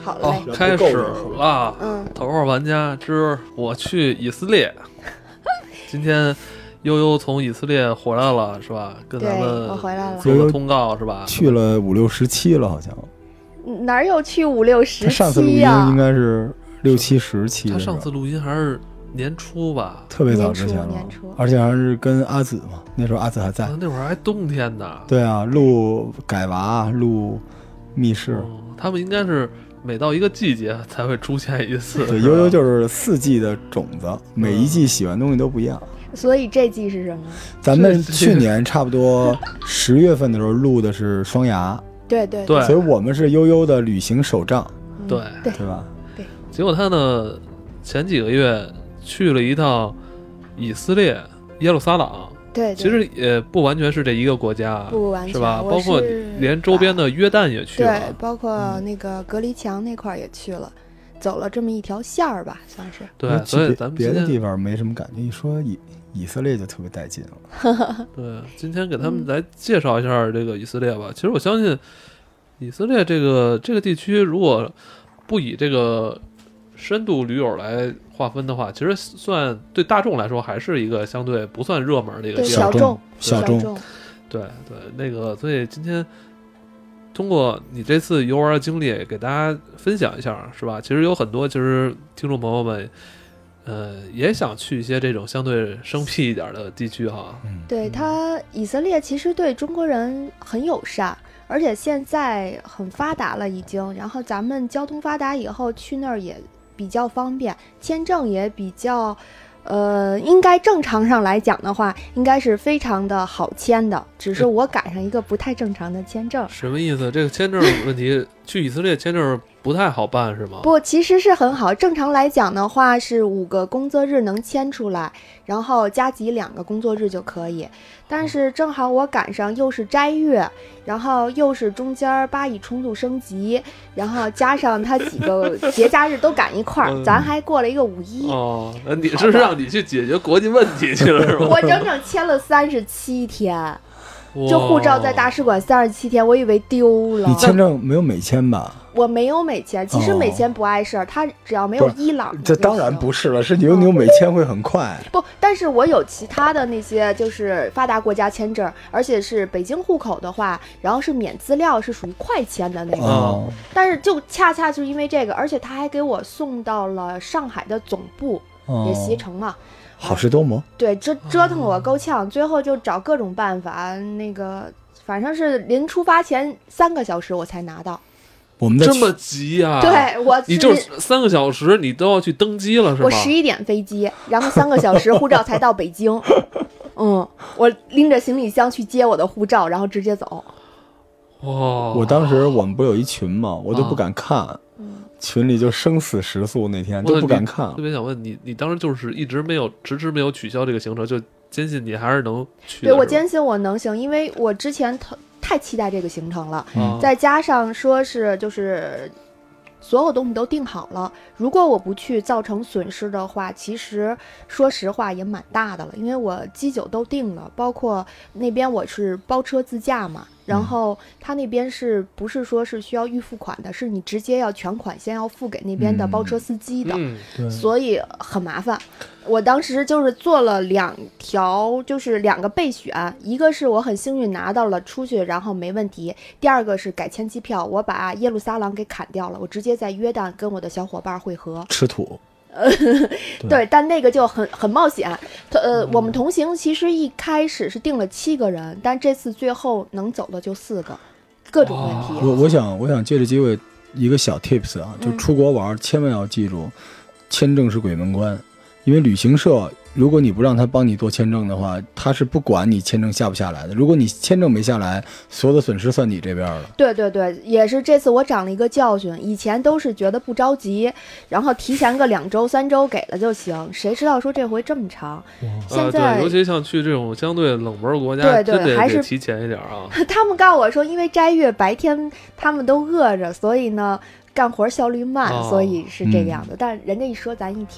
好嘞， 开始了。头号玩家之我去以色列。今天悠悠从以色列回来了是吧？跟咱们我回来了， 做个通告是吧？ 去了5、6、17了好像。 哪有去5、6、17 他上次录音应该是6、7、10期。 他上次录音还是年初吧， 特别早之前了，而且还是跟阿紫嘛，那时候阿紫还在， 那会儿还冬天呢。 对啊，录改娃，录密室， 他们应该是每到一个季节才会出现一次。 对，悠悠就是4季的种子，每一季喜欢东西都不一样。 所以这季是什么？ 咱们去年差不多10月份的时候录的是双牙， 对， 所以我们是悠悠的旅行手账， 对吧？ 对。 结果他呢，前几个月去了一趟以色列耶路撒冷。 对， 其实也不完全是这一个国家， 不完全是吧？包括连周边的约旦也去了， 对，包括那个隔离墙那块也去了，走了这么一条线儿吧，算是。 对，所以咱们别的地方没什么感觉，一说以色列就特别带劲了。 对，今天给他们来介绍一下这个以色列吧。其实我相信以色列这个地区，如果不以这个深度驴友来划分的话，其实算对大众来说还是一个相对不算热门的一个地方， 小众。 对，那个，所以今天通过你这次游玩的经历给大家分享一下，是吧？其实有很多其实听众朋友们也想去一些这种相对生僻一点的地区哈。 对，以色列其实对中国人很友善，而且现在很发达了已经，然后咱们交通发达以后去那儿也比较方便，签证也比较应该正常上来讲的话应该是非常的好签的，只是我赶上一个不太正常的签证。 什么意思？这个签证问题去以色列签证不太好办是吗？ 不，其实是很好，正常来讲的话是5个工作日能签出来，然后加急2个工作日就可以，但是正好我赶上又是斋月，然后又是中间巴以冲突升级，然后加上它几个节假日都赶一块儿，咱还过了一个5·1。 那你是让你去解决国际问题去了是吗？ 我整整签了37天，就护照在大使馆37天，我以为丢了。 你签证没有美签吧？ 我没有美签，其实美签不碍事儿，它只要没有伊朗。 这当然不是了，是你有美签会很快。 不，但是我有其他的那些就是发达国家签证，而且是北京户口的话，然后是免资料，是属于快签的那个。但是就恰恰是因为这个，而且他还给我送到了上海的总部，也携程嘛。 好事多磨。 对，折腾我够呛，最后就找各种办法，那个反正是临出发前3个小时我才拿到。 我们这么急啊？ 对， 你就3个小时你都要去登机了是吧？ 我11点飞机，然后3个小时护照才到北京。我拎着行李箱去接我的护照，然后直接走。 我当时我们不有一群吗？我都不敢看。群里就生死时速，那天都不敢看。 特别想问你当时就是一直迟迟没有取消这个行程，就坚信你还是能去的。 对，我坚信我能行，因为我之前太期待这个行程了，再加上说是就是所有东西都定好了，如果我不去造成损失的话，其实说实话也蛮大的了，因为我机酒都定了，包括那边我是包车自驾嘛，然后他那边是不是说是需要预付款的，是你直接要全款先要付给那边的包车司机的，所以很麻烦。我当时就是做了2条，就是2个备选，一个是我很幸运拿到了出去然后没问题，第2个是改签机票，我把耶路撒冷给砍掉了，我直接在约旦跟我的小伙伴会合， 吃土。 对，但那个就很冒险。我们同行其实一开始是定了7个人，但这次最后能走的就4个，各种问题。 我想借着机会一个小 tips 啊，就出国玩千万要记住，签证是鬼门关，因为旅行社如果你不让他帮你做签证的话，他是不管你签证下不下来的。如果你签证没下来，所有的损失算你这边了。 对对对，也是这次我长了一个教训。以前都是觉得不着急，然后提前个2周3周给了就行，谁知道说这回这么长。现在对，尤其像去这种相对冷门国家， 对，还是提前一点啊。 他们告诉我说，因为斋月白天他们都饿着，所以呢干活效率慢，所以是这个样子。但人家一说咱一听嘛。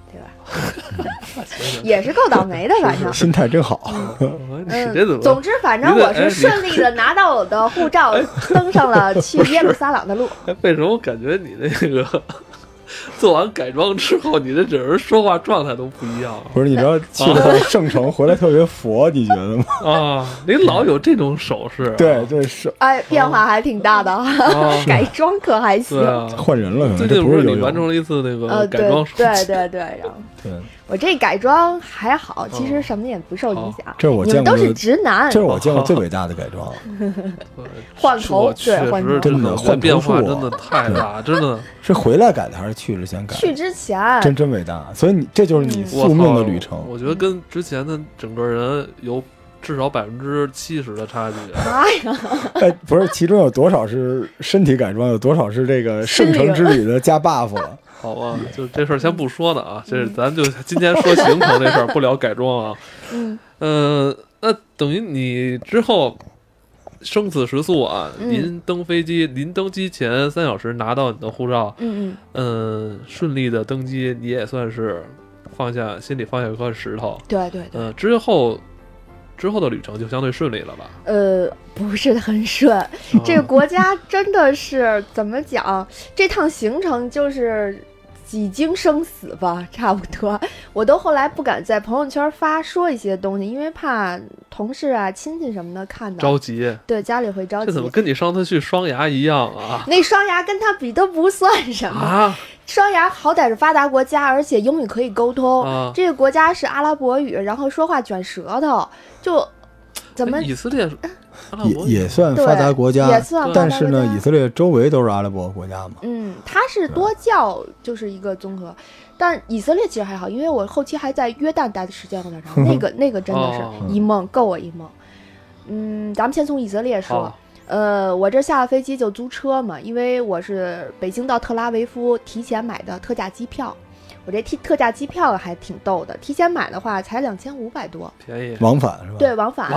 对吧？也是够倒霉的，反正心态真好。 总之反正我是顺利的拿到我的护照，登上了去耶路撒冷的路。 为什么我感觉你那个做完改装之后，你这整人说话状态都不一样？ 不是，你知道去了圣城回来特别佛，你觉得吗？ 啊，你老有这种手势、啊。 对对是。 哎，变化还挺大的，改装可还行。 换人了，可能最近不是你完成了一次那个改装手对，然后对。 我这改装还好，其实什么也不受影响。 这是我见过， 你们都是直男。 这是我见过最伟大的改装。 换头，对，换头， 真的换变化真的太大，真的是回来改的还是去之前改？ 去之前， 真伟大。所以你这就是你宿命的旅程。 我觉得跟之前的整个人有至少70%的差距。 妈呀！ 哎，不是，其中有多少是身体改装，有多少是这个圣城之旅的加 buff 了？ 好吧，就这事儿先不说呢啊，这是咱就今天说行程这事儿，不聊改装啊。那等于你之后生死时速啊，临登机前3小时拿到你的护照，顺利的登机，你也算是心里放下一块石头。 对。 之后的旅程就相对顺利了吧？ 不是很顺，这个国家真的是怎么讲？这趟行程就是几经生死吧，差不多。我都后来不敢在朋友圈说一些东西，因为怕同事啊、亲戚什么的看到着急。对， 家里会着急。 这怎么跟你上次去双牙一样啊？ 那双牙跟他比都不算什么啊！双牙好歹是发达国家，而且英语可以沟通。这个国家是阿拉伯语，然后说话卷舌头，就怎么以色列也算发达国家， 也算发达国家， 但是呢，以色列周围都是阿拉伯国家嘛。 它是多教，就是一个综合。但以色列其实还好，因为我后期还在约旦待的时间有点长，那个真的是一梦够我一梦。咱们先从以色列说。我这下了飞机就租车嘛，因为我是北京到特拉维夫提前买的特价机票。我这特价机票还挺逗的，提前买的话才2500多， 便宜。 往返是吧？ 对，往返，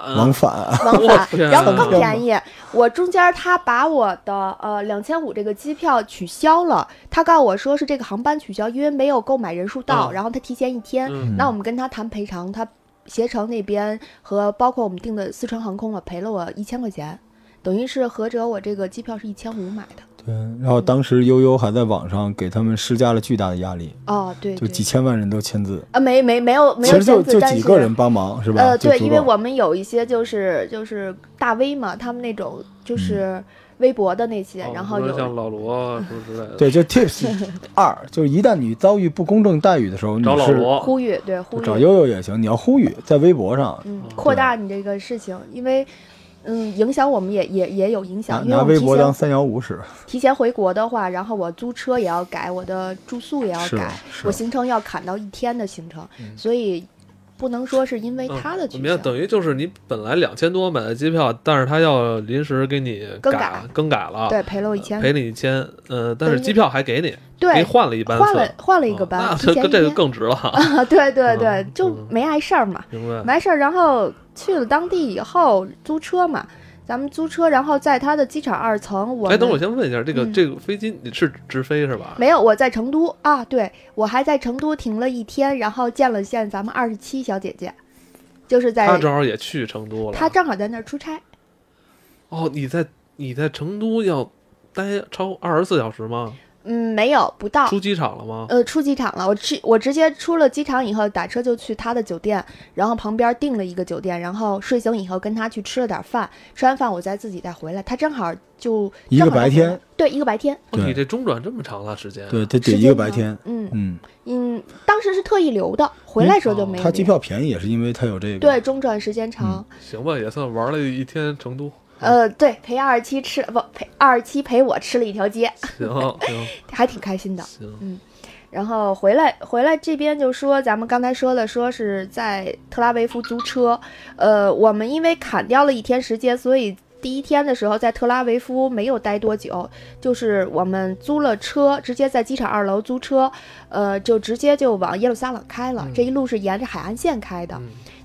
然后更便宜。我中间他把我的2500这个机票取消了，他告诉我说是这个航班取消，因为没有购买人数到，然后他提前1天。那我们跟他谈赔偿，他携程那边和包括我们订的四川航空赔了我1000块钱。等于是合着我这个机票是1500买的。 对，然后当时悠悠还在网上给他们施加了巨大的压力。 对， 就几千万人都签字。 没有其实就几个人帮忙是吧？ 对，因为我们有一些就是大 V 嘛，他们那种就是微博的那些，然后有像老罗什么之类的。 对，就 Tips 2，就是一旦你遭遇不公正待遇的时候， 找老罗呼吁， 找悠悠也行，你要呼吁在微博上， 扩大你这个事情，因为。影响我们也有影响，因为拿微博当315使。 提前回国的话，然后我租车也要改，我的住宿也要改，我行程要砍到1天的行程，所以不能说是因为他的取消。 等于就是你本来2000多买的机票，但是他要临时给你更改了， 对，赔了我1000， 赔你1000，但是机票还给你， 对， 给换了一班次， 换了一个班， 那这个更值了啊！对，就没碍事儿嘛， 明白？ 没事儿，然后。去了当地以后租车嘛，咱们租车，然后在他的机场2层， 等我先问一下，这个飞机你是直飞是吧？ 没有，我在成都啊，对，我还在成都停了1天，然后见了咱们27小姐姐，就是在她正好也去成都了， 她正好在那儿出差。 哦，你在成都要待超24小时吗？ 没有，不到。 出机场了吗？ 出机场了。我直接出了机场以后，打车就去他的酒店，然后旁边订了一个酒店，然后睡醒以后跟他去吃了点饭，吃完饭我再自己再回来。他正好就一个白天， 对，一个白天。 你这中转这么长的时间？ 对，得一个白天。 当时是特意留的，回来时候就没有。 他机票便宜也是因为他有这个。 对，中转时间长。 行吧，也算玩了1天成都。 对，陪27吃不陪27陪我吃了1条街， 行， 还挺开心的。 行， 然后回来这边就说咱们刚才说是在特拉维夫租车，我们因为砍掉了1天时间，所以第1天的时候在特拉维夫没有待多久，就是我们租了车，直接在机场2楼租车，就直接就往耶路撒冷开了。这一路是沿着海岸线开的。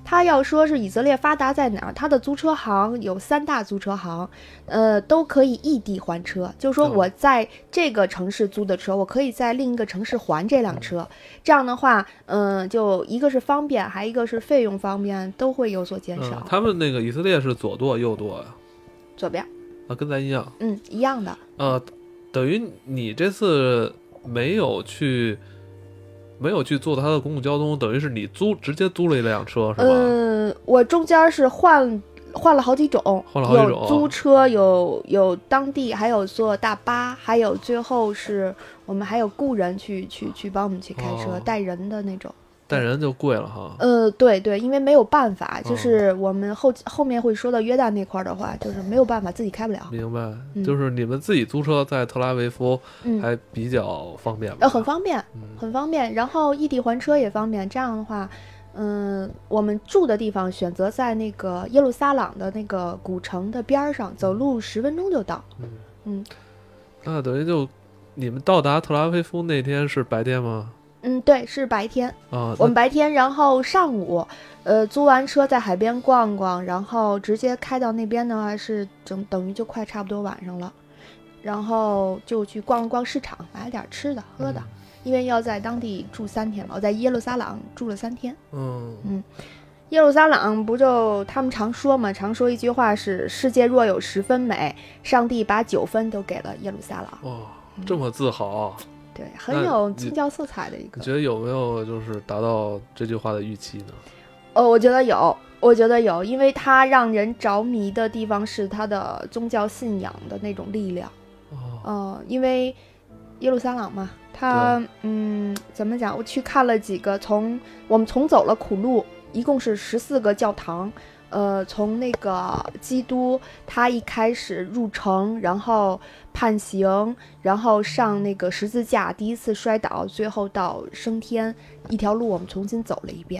他要说是以色列发达在哪儿，他的租车行有3大租车行，都可以异地还车，就是说我在这个城市租的车，我可以在另一个城市还这辆车，这样的话，就一个是方便，还一个是费用方面都会有所减少。 他们那个以色列是左舵右舵呀？ 左边。 跟咱一样。 一样的。 等于你这次没有去做他的公共交通，等于是你直接租了一辆车是吧？ 我中间是换了好几种，有租车，有当地，还有坐大巴，还有最后是我们还有雇人去帮我们去开车，带人的那种。 带人就贵了哈。 对对，因为没有办法，就是我们后面会说到约旦那块的话，就是没有办法自己开不了。 明白，就是你们自己租车在特拉维夫还比较方便吧？ 很方便，很方便。然后异地还车也方便。这样的话，我们住的地方选择在那个耶路撒冷的那个古城的边上，走路10分钟就到。 那等于就你们到达特拉维夫那天是白天吗？ 对，是白天。我们白天，然后上午，租完车在海边逛逛，然后直接开到那边的话是等于就快差不多晚上了，然后就去逛逛市场，买了点吃的喝的，因为要在当地住3天嘛，我在耶路撒冷住了3天。耶路撒冷不就他们常说嘛，常说一句话是世界若有10分美，上帝把9分都给了耶路撒冷。 这么自豪。 对，很有宗教色彩的一个。 你觉得有没有就是达到这句话的预期呢？ 我觉得有，因为它让人着迷的地方是它的宗教信仰的那种力量。因为耶路撒冷嘛，它怎么讲？我去看了几个，我们重走了苦路，一共是14个教堂。从那个基督他一开始入城，然后判刑，然后上那个十字架，第一次摔倒，最后到升天，一条路我们重新走了一遍。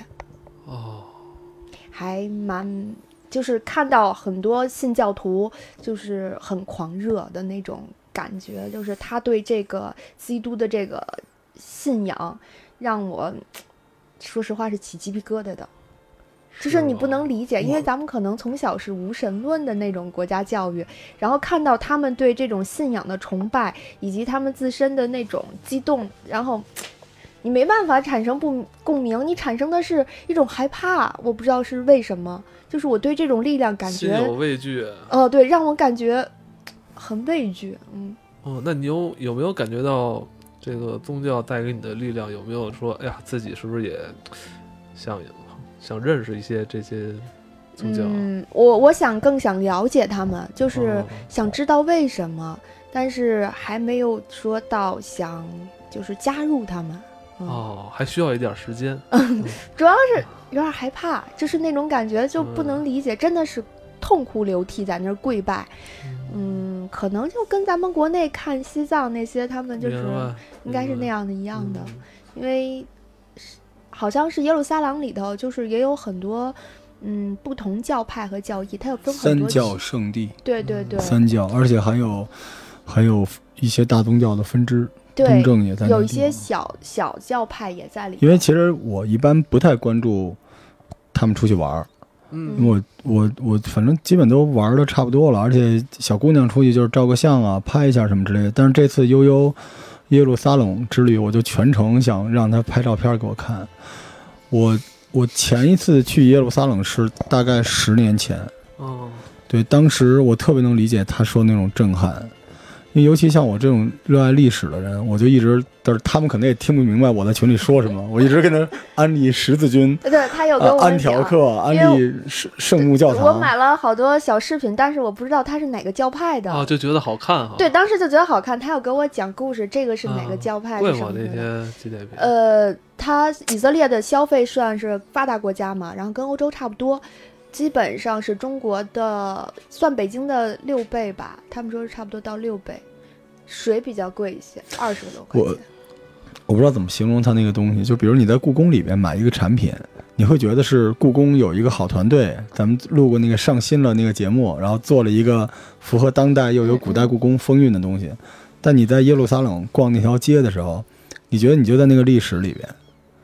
还就是看到很多信教徒就是很狂热的那种感觉，就是他对这个基督的这个信仰让我说实话是起鸡皮疙瘩的。就是你不能理解，因为咱们可能从小是无神论的那种国家教育，然后看到他们对这种信仰的崇拜以及他们自身的那种激动，然后你没办法产生共鸣，你产生的是一种害怕，我不知道是为什么，就是我对这种力量感觉心有畏惧。 对，让我感觉很畏惧。 那你有没有感觉到这个宗教带给你的力量？有没有说，哎呀，自己是不是也想认识一些这些宗教？ 我更想了解他们，就是想知道为什么，但是还没有说到想就是加入他们。 还需要一点时间。 主要是有点害怕，就是那种感觉就不能理解，真的是痛哭流涕在那儿跪拜。可能就跟咱们国内看西藏那些，他们就是应该是那样的一样的，因为好像是耶路撒冷里头就是也有很多不同教派和教义，它有分很多 3教圣地。 对对对 ，3教，而且还有一些大宗教的分支。东正也在那， 有一些小教派也在里头。 因为其实我一般不太关注他们出去玩，因为我反正基本都玩的差不多了，而且小姑娘出去就是照个相啊，拍一下什么之类的。但是这次悠悠耶路撒冷之旅，我就全程想让她拍照片给我看。我前一次去耶路撒冷是大概10年前。对，当时我特别能理解她说那种震撼。因为尤其像我这种热爱历史的人，我就一直，但是他们可能也听不明白我在群里说什么，我一直跟他安利十字军， 对，他有跟我安条克，安利圣母教堂。 我买了好多小饰品，但是我不知道他是哪个教派的。 就觉得好看哈。 对，当时就觉得好看，他要给我讲故事，这个是哪个教派？ 贵吗？那天纪念品？ 他以色列的消费算是发达国家嘛，然后跟欧洲差不多。基本上是中国的，算北京的6倍吧，他们说是差不多到6倍，水比较贵一些，20多块钱。 我不知道怎么形容它那个东西，就比如你在故宫里边买一个产品，你会觉得是故宫有一个好团队，咱们录过那个上新了那个节目，然后做了一个符合当代又有古代故宫风韵的东西。但你在耶路撒冷逛那条街的时候，你觉得你就在那个历史里边。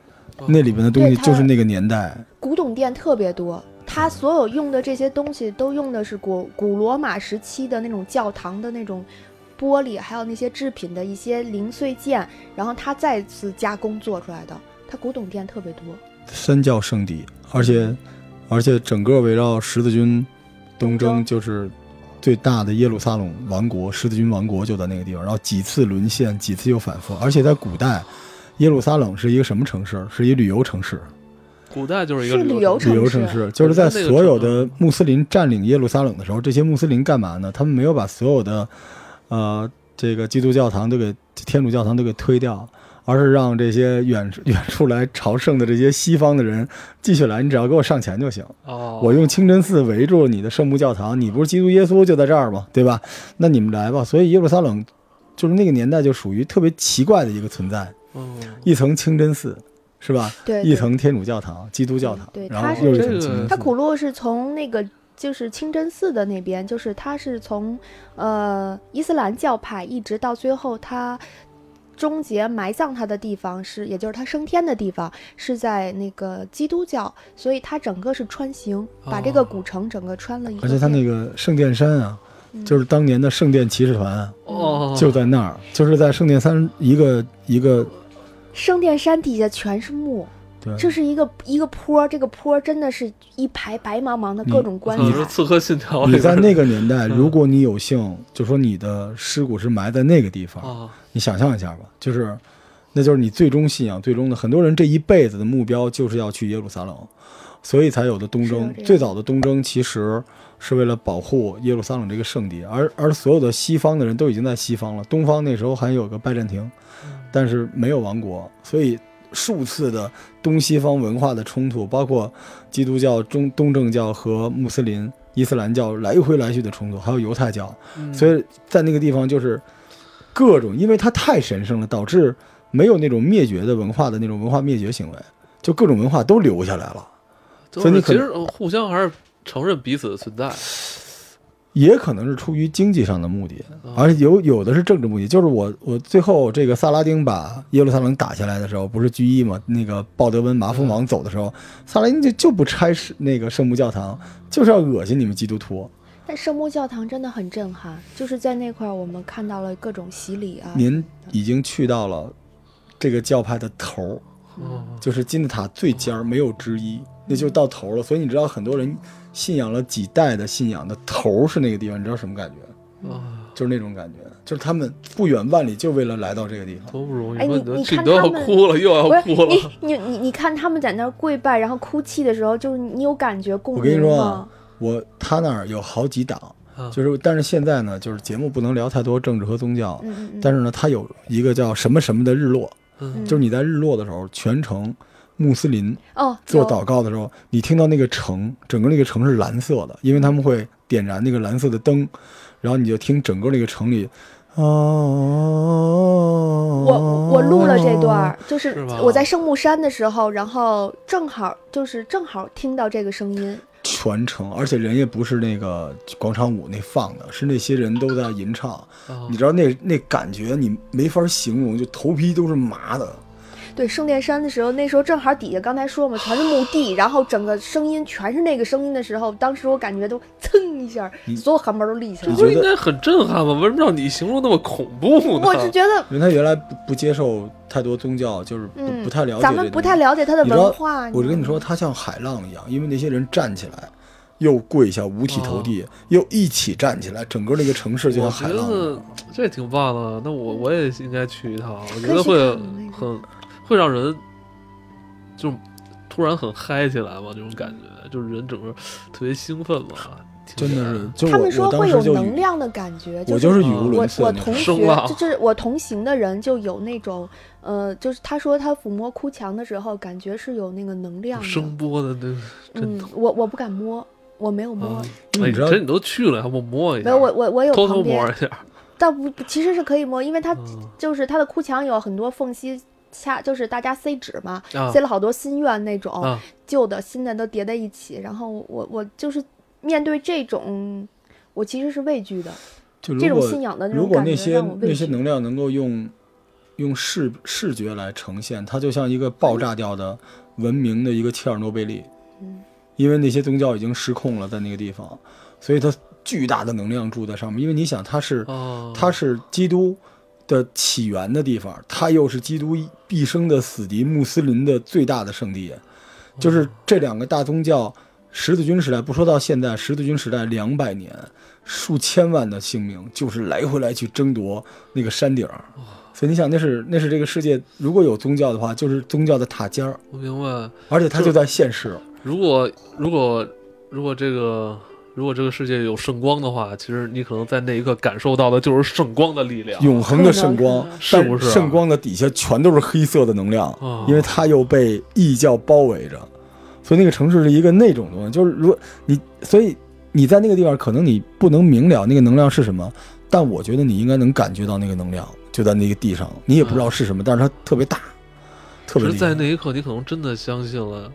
那里边的东西就是那个年代， 古董店特别多。它所有用的这些东西都用的是古罗马时期的那种教堂的那种玻璃，还有那些制品的一些零碎件，然后它再次加工做出来的。它古董店特别多， 三教圣地，而且整个围绕十字军东征，就是最大的耶路撒冷王国，十字军王国就在那个地方，然后几次沦陷，几次又反复。而且在古代，耶路撒冷是一个什么城市？是一个旅游城市。 古代就是一个旅游城市，就是在所有的穆斯林占领耶路撒冷的时候，这些穆斯林干嘛呢？他们没有把所有的这个基督教堂都给天主教堂都给推掉，而是让这些远处来朝圣的这些西方的人继续来，你只要给我上钱就行。我用清真寺围住你的圣母教堂，你不是基督耶稣就在这儿吗？对吧？那你们来吧。所以耶路撒冷就是那个年代就属于特别奇怪的一个存在，一层清真寺。是吧？ 对， 一层天主教堂、基督教堂， 对， 然后又一层清真寺。 它苦路是从那个就是清真寺的那边，就是它是从伊斯兰教派一直到最后，它终结埋葬他的地方是，也就是他升天的地方是在那个基督教，所以它整个是穿行，把这个古城整个穿了一个。 而且它那个圣殿山啊，就是当年的圣殿骑士团，就在那儿，就是在圣殿山一个。 圣殿山底下全是墓，这是一个坡，这个坡真的是一排白茫茫的各种棺材。 你是刺客信条， 你在那个年代，如果你有幸，就说你的尸骨是埋在那个地方，你想象一下吧，那就是你最终信仰最终的。很多人这一辈子的目标就是要去耶路撒冷，所以才有的东征。最早的东征其实是为了保护耶路撒冷这个圣地，而所有的西方的人都已经在西方了，东方那时候还有个拜占庭。但是没有亡国，所以数次的东西方文化的冲突，包括基督教、东正教和穆斯林、伊斯兰教来回来去的冲突，还有犹太教，所以在那个地方就是各种，因为它太神圣了，导致没有那种灭绝的文化的那种文化灭绝行为，就各种文化都留下来了。 所以你其实互相还是承认彼此的存在。 也可能是出于经济上的目的，而且有的是政治目的。就是我最后这个萨拉丁把耶路撒冷打下来的时候，不是居一吗？那个鲍德温麻风王走的时候，萨拉丁就不拆那个圣母教堂，就是要恶心你们基督徒。 但圣母教堂真的很震撼，就是在那块我们看到了各种洗礼啊。 您已经去到了这个教派的头，就是金字塔最尖没有之一，那就到头了。所以你知道很多人信仰了几代的信仰的头是那个地方，你知道什么感觉？就是那种感觉，就是他们不远万里就为了来到这个地方， 多不容易。 哎，你看都要哭了，又要哭了。 你看他们在那儿跪拜，然后哭泣的时候，就是你有感觉共鸣吗？ 我跟你说啊，他那儿有好几档，就是但是现在呢，就是节目不能聊太多政治和宗教，但是呢，它有一个叫什么什么的日落，就是你在日落的时候，全程穆斯林做祷告的时候，你听到那个城，整个那个城是蓝色的，因为他们会点燃那个蓝色的灯，然后你就听整个那个城里我录了这段，就是我在圣木山的时候，然后正好听到这个声音， 全程，而且人也不是那个广场舞那放的，是那些人都在吟唱，你知道那感觉你没法形容，就头皮都是麻的。 对，圣殿山的时候，那时候正好底下刚才说嘛，全是墓地，然后整个声音全是那个声音的时候，当时我感觉都噌一下，所有汗毛都立起来了。 这不应该很震撼吗？为什么让你形容那么恐怖呢？ 我是觉得， 因为他原来不接受太多宗教，就是不太了解， 咱们不太了解他的文化。 我就跟你说，他像海浪一样，因为那些人站起来，又跪下五体投地，又一起站起来，整个那个城市就像海浪。我觉得这挺棒的，那我也应该去一趟，我觉得会让人就突然很嗨起来嘛，这种感觉就是人整个特别兴奋嘛， 真的是。就他们说会有能量的感觉， 我就是语无伦次。 我同学就是我同行的人就有那种就是他说他抚摸哭墙的时候，感觉是有那个能量的声波的那我不敢摸，我没有摸。 你知道你都去了，还不摸一下？ 没有，我有偷偷摸一下。 倒不，其实是可以摸，因为它就是它的哭墙有很多缝隙。就是大家塞纸嘛，塞了好多心愿那种，旧的新的都叠在一起。然后我就是面对这种，我其实是畏惧的。 就这种信仰的那种感觉让我畏惧。 那些能量能够用视觉来呈现，它就像一个爆炸掉的闻名的一个切尔诺贝利，因为那些宗教已经失控了，在那个地方，所以它巨大的能量住在上面。因为你想，它是基督的起源的地方，它又是基督毕生的死敌穆斯林的最大的圣地，就是这两个大宗教，十字军时代不说到现在，十字军时代200年，数千万的性命就是来回来去争夺那个山顶。所以你想，那是这个世界如果有宗教的话，就是宗教的塔尖儿。 我明白， 而且它就在现世。 如果这个世界有圣光的话，其实你可能在那一刻感受到的就是圣光的力量， 永恒的圣光， 是不是？ 圣光的底下全都是黑色的能量，因为它又被异教包围着，所以那个城市是一个那种东西。就是如果所以你在那个地方，可能你不能明了那个能量是什么，但我觉得你应该能感觉到那个能量就在那个地上，你也不知道是什么，但是它特别大，特别厉害。 在那一刻，你可能真的相信了。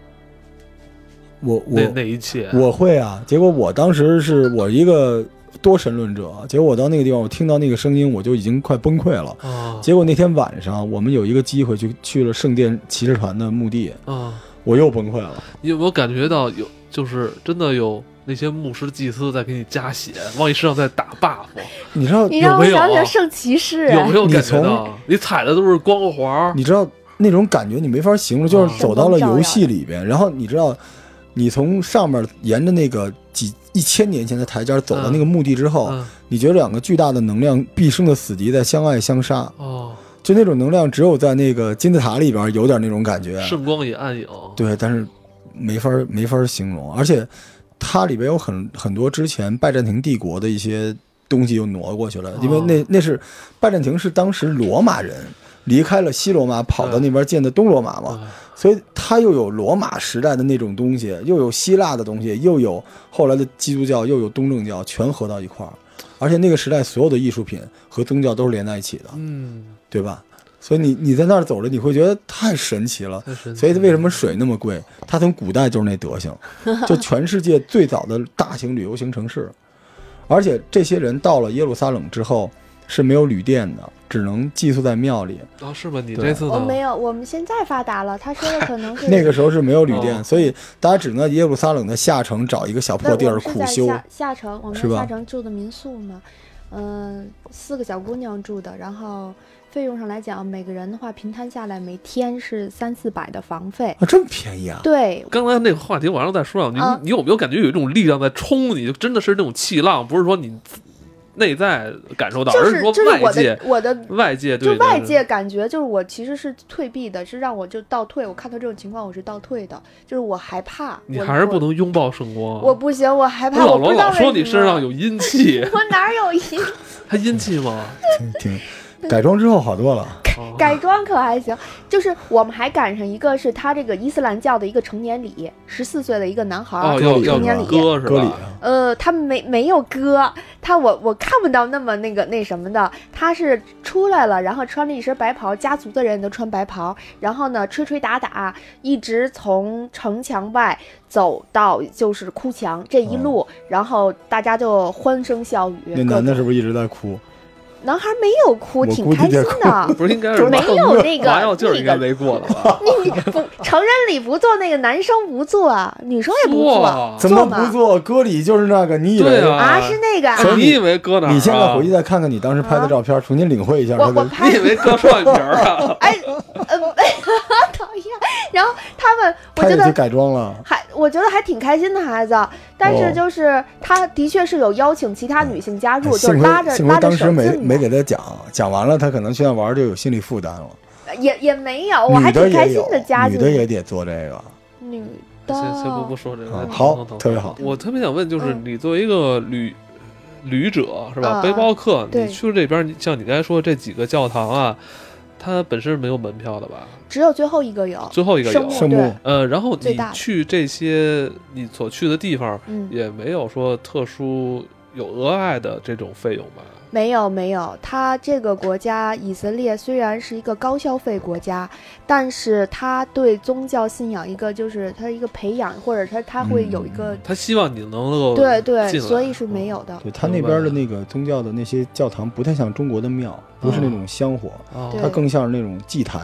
那一切我会啊，结果我当时是我一个多神论者，结果我到那个地方，我听到那个声音，我就已经快崩溃了。结果那天晚上，我们有一个机会去了圣殿骑士团的墓地，我又崩溃了。 你有没有感觉到就是真的有那些牧师祭司在给你加血，往你身上在打 buff？ 你知道你让我想起圣骑士， 有没有感觉到你踩的都是光环？ 你知道那种感觉你没法形容，就是走到了游戏里边，然后你知道。你从上面沿着那个1000年前的台阶走到那个墓地之后，你觉得两个巨大的能量毕生的死敌在相爱相杀，就那种能量只有在那个金字塔里边有点那种感觉， 圣光也暗影。 对，但是没法形容，而且它里边有很多之前拜占庭帝国的一些东西又挪过去了，因为那是拜占庭是当时罗马人离开了西罗马跑到那边建的东罗马嘛。所以它又有罗马时代的那种东西，又有希腊的东西，又有后来的基督教，又有东正教，全合到一块儿。而且那个时代所有的艺术品和宗教都是连在一起的，对吧？所以你在那儿走着，你会觉得太神奇了。所以为什么水那么贵？它从古代就是那德行，就全世界最早的大型旅游型城市。而且这些人到了耶路撒冷之后是没有旅店的。只能寄宿在庙里。 是吧？你这次我没有，我们现在发达了。他说的可能是那个时候是没有旅店，所以大家只能在耶路撒冷的下城找一个小破地儿苦修。 下城，我们在下城住的民宿嘛，4个小姑娘住的，然后费用上来讲，每个人的话平摊下来每天是300-400的房费这么便宜啊？ 对， 刚才那个话题晚上再说你有没有感觉有一种力量在冲你？就真的是那种气浪，不是说你内在感受到，而是说外界对， 就外界感觉就是我其实是退避的，是让我就倒退。我看到这种情况我是倒退的，就是我害怕。 你还是不能拥抱圣光。 我不行，我害怕。 我老说你身上有阴气， 我哪有阴？ 还阴气吗？ 挺改装之后好多了。 改装可还行，就是我们还赶上一个是他这个伊斯兰教的一个成年礼，14岁的一个男孩成年礼割是吧？ 他没有割，我看不到那么那什么的，他是出来了，然后穿了一身白袍，家族的人都穿白袍，然后呢吹吹打打，一直从城墙外走到就是哭墙这一路，然后大家就欢声笑语。 那男的是不是一直在哭？ 男孩没有哭，挺开心的。 不是应该是没有那个麻药劲儿应该没过了吧？ 你不成人礼不做，那个男生不做啊，女生也不做。 怎么不做？歌里就是那个，你以为是那个？ 你以为搁哪？ 你现在回去再看看你当时拍的照片，重新领会一下。 你以为搁双眼皮儿啊？ 讨厌。然后他们，我觉得改装了， 我觉得还挺开心的孩子，但是就是他的确是有邀请其他女性加入，就是拉着当时没给他讲完了，他可能去那玩就有心理负担了。 也没有，我还挺开心的加入。 女的也得做这个。 女的先不说这个， 好，特别好。 我特别想问，就是你作为一个旅者是吧？背包客，你去这边，像你刚才说这几个教堂啊。它本身是没有门票的吧？ 只有最后一个有。 圣墓。 然后你去这些你所去的地方，也没有说特殊有额外的这种费用吧？ 没有，它这个国家以色列虽然是一个高消费国家，但是它对宗教信仰一个就是它一个培养，或者它会有一个， 他希望你能够对，所以是没有的。 对，他那边的那个宗教的那些教堂不太像中国的庙，不是那种香火，它更像是那种祭坛。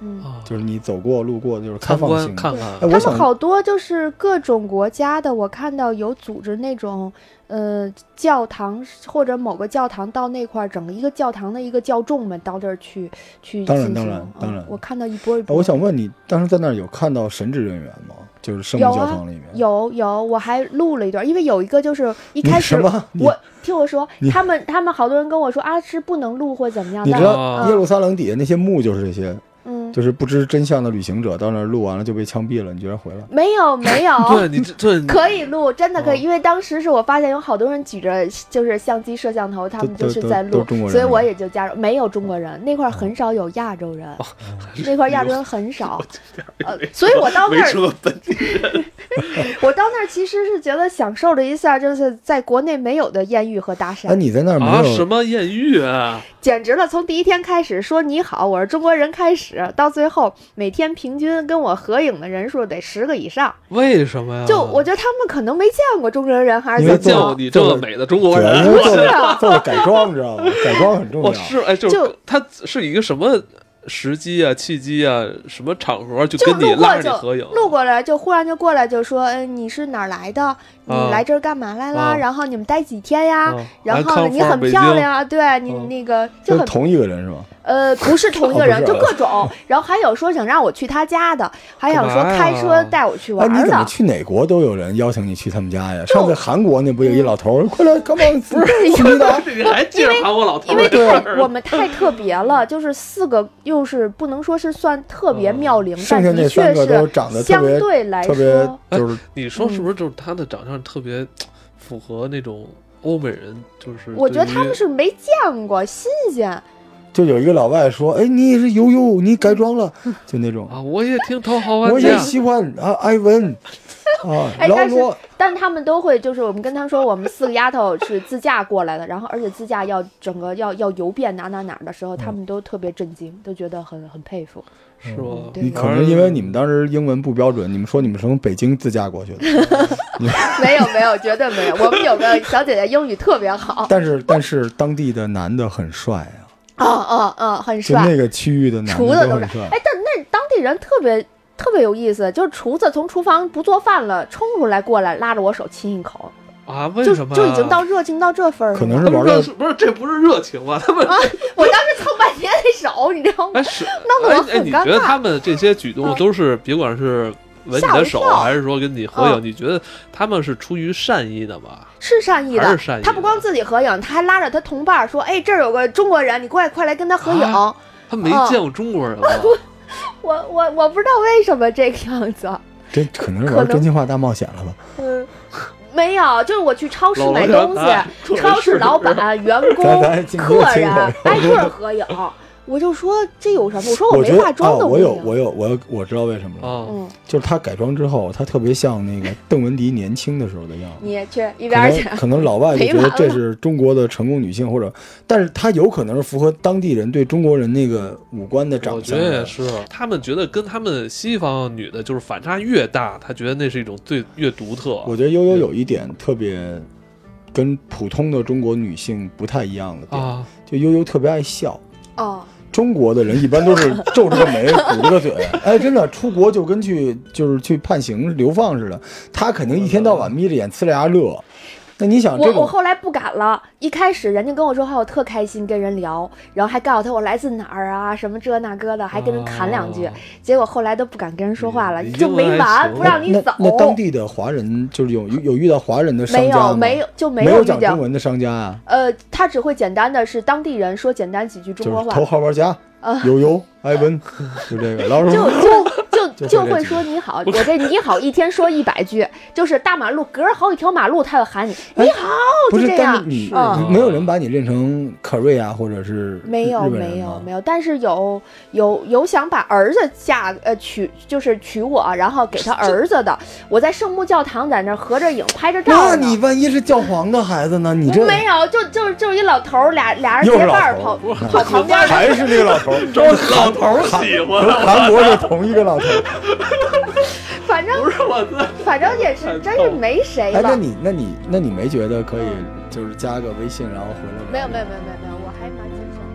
就是你走过路过就是开放性看看。 他们好多就是各种国家的，我看到有组织那种教堂或者某个教堂到那块儿，整个一个教堂的一个教众们到这儿去当然， 我看到一波一波。 我想问你，当时在那儿有看到神职人员吗？就是圣母教堂里面有，我还录了一段，因为有一个就是一开始我听我说，他们好多人跟我说啊是不能录或怎么样。 你知道耶路撒冷底下那些墓就是这些。就是不知真相的旅行者到那儿录完了就被枪毙了，你居然回来？ 没有对，你这可以录，真的可以，因为当时是我发现有好多人举着就是相机摄像头，他们就是在录，所以我也就加入。没有中国人，那块很少有亚洲人，那块亚洲人很少，所以我到那儿，我到那儿其实是觉得享受了一下，就是在国内没有的艳遇和搭讪。 你在那儿没有什么艳遇啊？ 简直了！从第一天开始说你好，我是中国人开始，到最后每天平均跟我合影的人数得10个以上。 为什么呀？ 就我觉得他们可能没见过中国人，还是见过你这么美的中国人。 做改装，知道吗？改装很重要。 就是他是一个什么时机啊、契机啊、什么场合就跟你拉着你合影， 路过来就忽然就过来就说，你是哪儿来的？你来这儿干嘛来了？然后你们待几天呀？然后你很漂亮啊，对你那个就很同一个人是吗？ 不是同一个人，就各种。然后还有说想让我去他家的，还想说开车带我去玩的。 你怎么去哪国都有人邀请你去他们家呀？上次韩国那不有一老头，快来，干嘛？ 不是，你还记着韩国老头？ 因为我们太特别了，就是4个，又是不能说是算特别妙龄，但的确是相对来说， 就是你说是不是就是他的长相特别符合那种欧美人？就是我觉得他们是没见过，新鲜。 就有一个老外说：“哎，你也是悠悠，你改装了，就那种啊，我也挺讨好玩家， 我也喜欢啊，艾文啊， 但他们都会，就是我们跟他说，我们4个丫头是自驾过来的，然后而且自驾要整个要游遍哪的时候，他们都特别震惊，都觉得很佩服。” 是吧？ 你可能因为你们当时英文不标准，你们说你们从北京自驾过去的， 没有，绝对没有。我们有个小姐姐英语特别好， 但是当地的男的很帅啊，很帅。 就那个区域的男的都很帅。 哎，但那当地人特别有意思，就是厨子从厨房不做饭了，冲出来过来拉着我手亲一口。 啊？为什么？ 就已经到热情到这份儿了。 可能是玩的不是，这不是热情吗？他们我当时蹭半天那手，你知道吗？弄得我很尴尬。 你觉得他们这些举动都是，别管是吻你的手，还是说跟你合影，你觉得他们是出于善意的吗？ 是善意的， 还是善意的。 他不光自己合影，他还拉着他同伴说：“哎，这儿有个中国人，你快来跟他合影。” 他没见过中国人吗？ 我不知道为什么这个样子。 这可能是玩真心话大冒险了吧？ 没有，就是我去超市买东西，超市老板、员工、客人挨个合影。我就说这有什么？我说我没化妆的。 我知道为什么了。就是他改装之后，他特别像那个邓文迪年轻的时候的样子。 你去一边去。 可能老外就觉得这是中国的成功女性，或者，但是他有可能是符合当地人对中国人那个五官的长相。 我觉得也是，他们觉得跟他们西方女的就是反差越大，他觉得那是一种越独特。 我觉得悠悠有一点特别跟普通的中国女性不太一样的点，就悠悠特别爱笑。中国的人一般都是皱着个眉鼓着个嘴，哎，真的出国就跟去判刑流放似的，他肯定一天到晚眯着眼呲着牙乐。那你想我后来不敢了，一开始人家跟我说话我特开心跟人聊，然后还告诉他我来自哪儿啊，什么这那个的，还跟人侃两句，结果后来都不敢跟人说话了，就没完，不让你走。 那当地的华人就是有遇到华人的商家吗？ 没有讲中文的商家啊。 他只会简单的是当地人说简单几句中国话。 就是头号玩家，悠悠艾文，就这个老师就会说你好，我这你好一天说100句，就是大马路隔着好几条马路，他要喊你你好，就这样。 你没有人把你认成可瑞啊，或者是没有，但是有想把儿子娶我，然后给他儿子的。我在圣母教堂在那合着影拍着照。 那你万一是教皇的孩子呢？你这没有，就是一老头俩人结伴跑旁边， 还是那个老头， 老头喜欢韩国是同一个老头。 反正不是我反正也是真是没谁了。 那你没觉得可以就是加个微信然后回来？ 没有，我还蛮谨慎。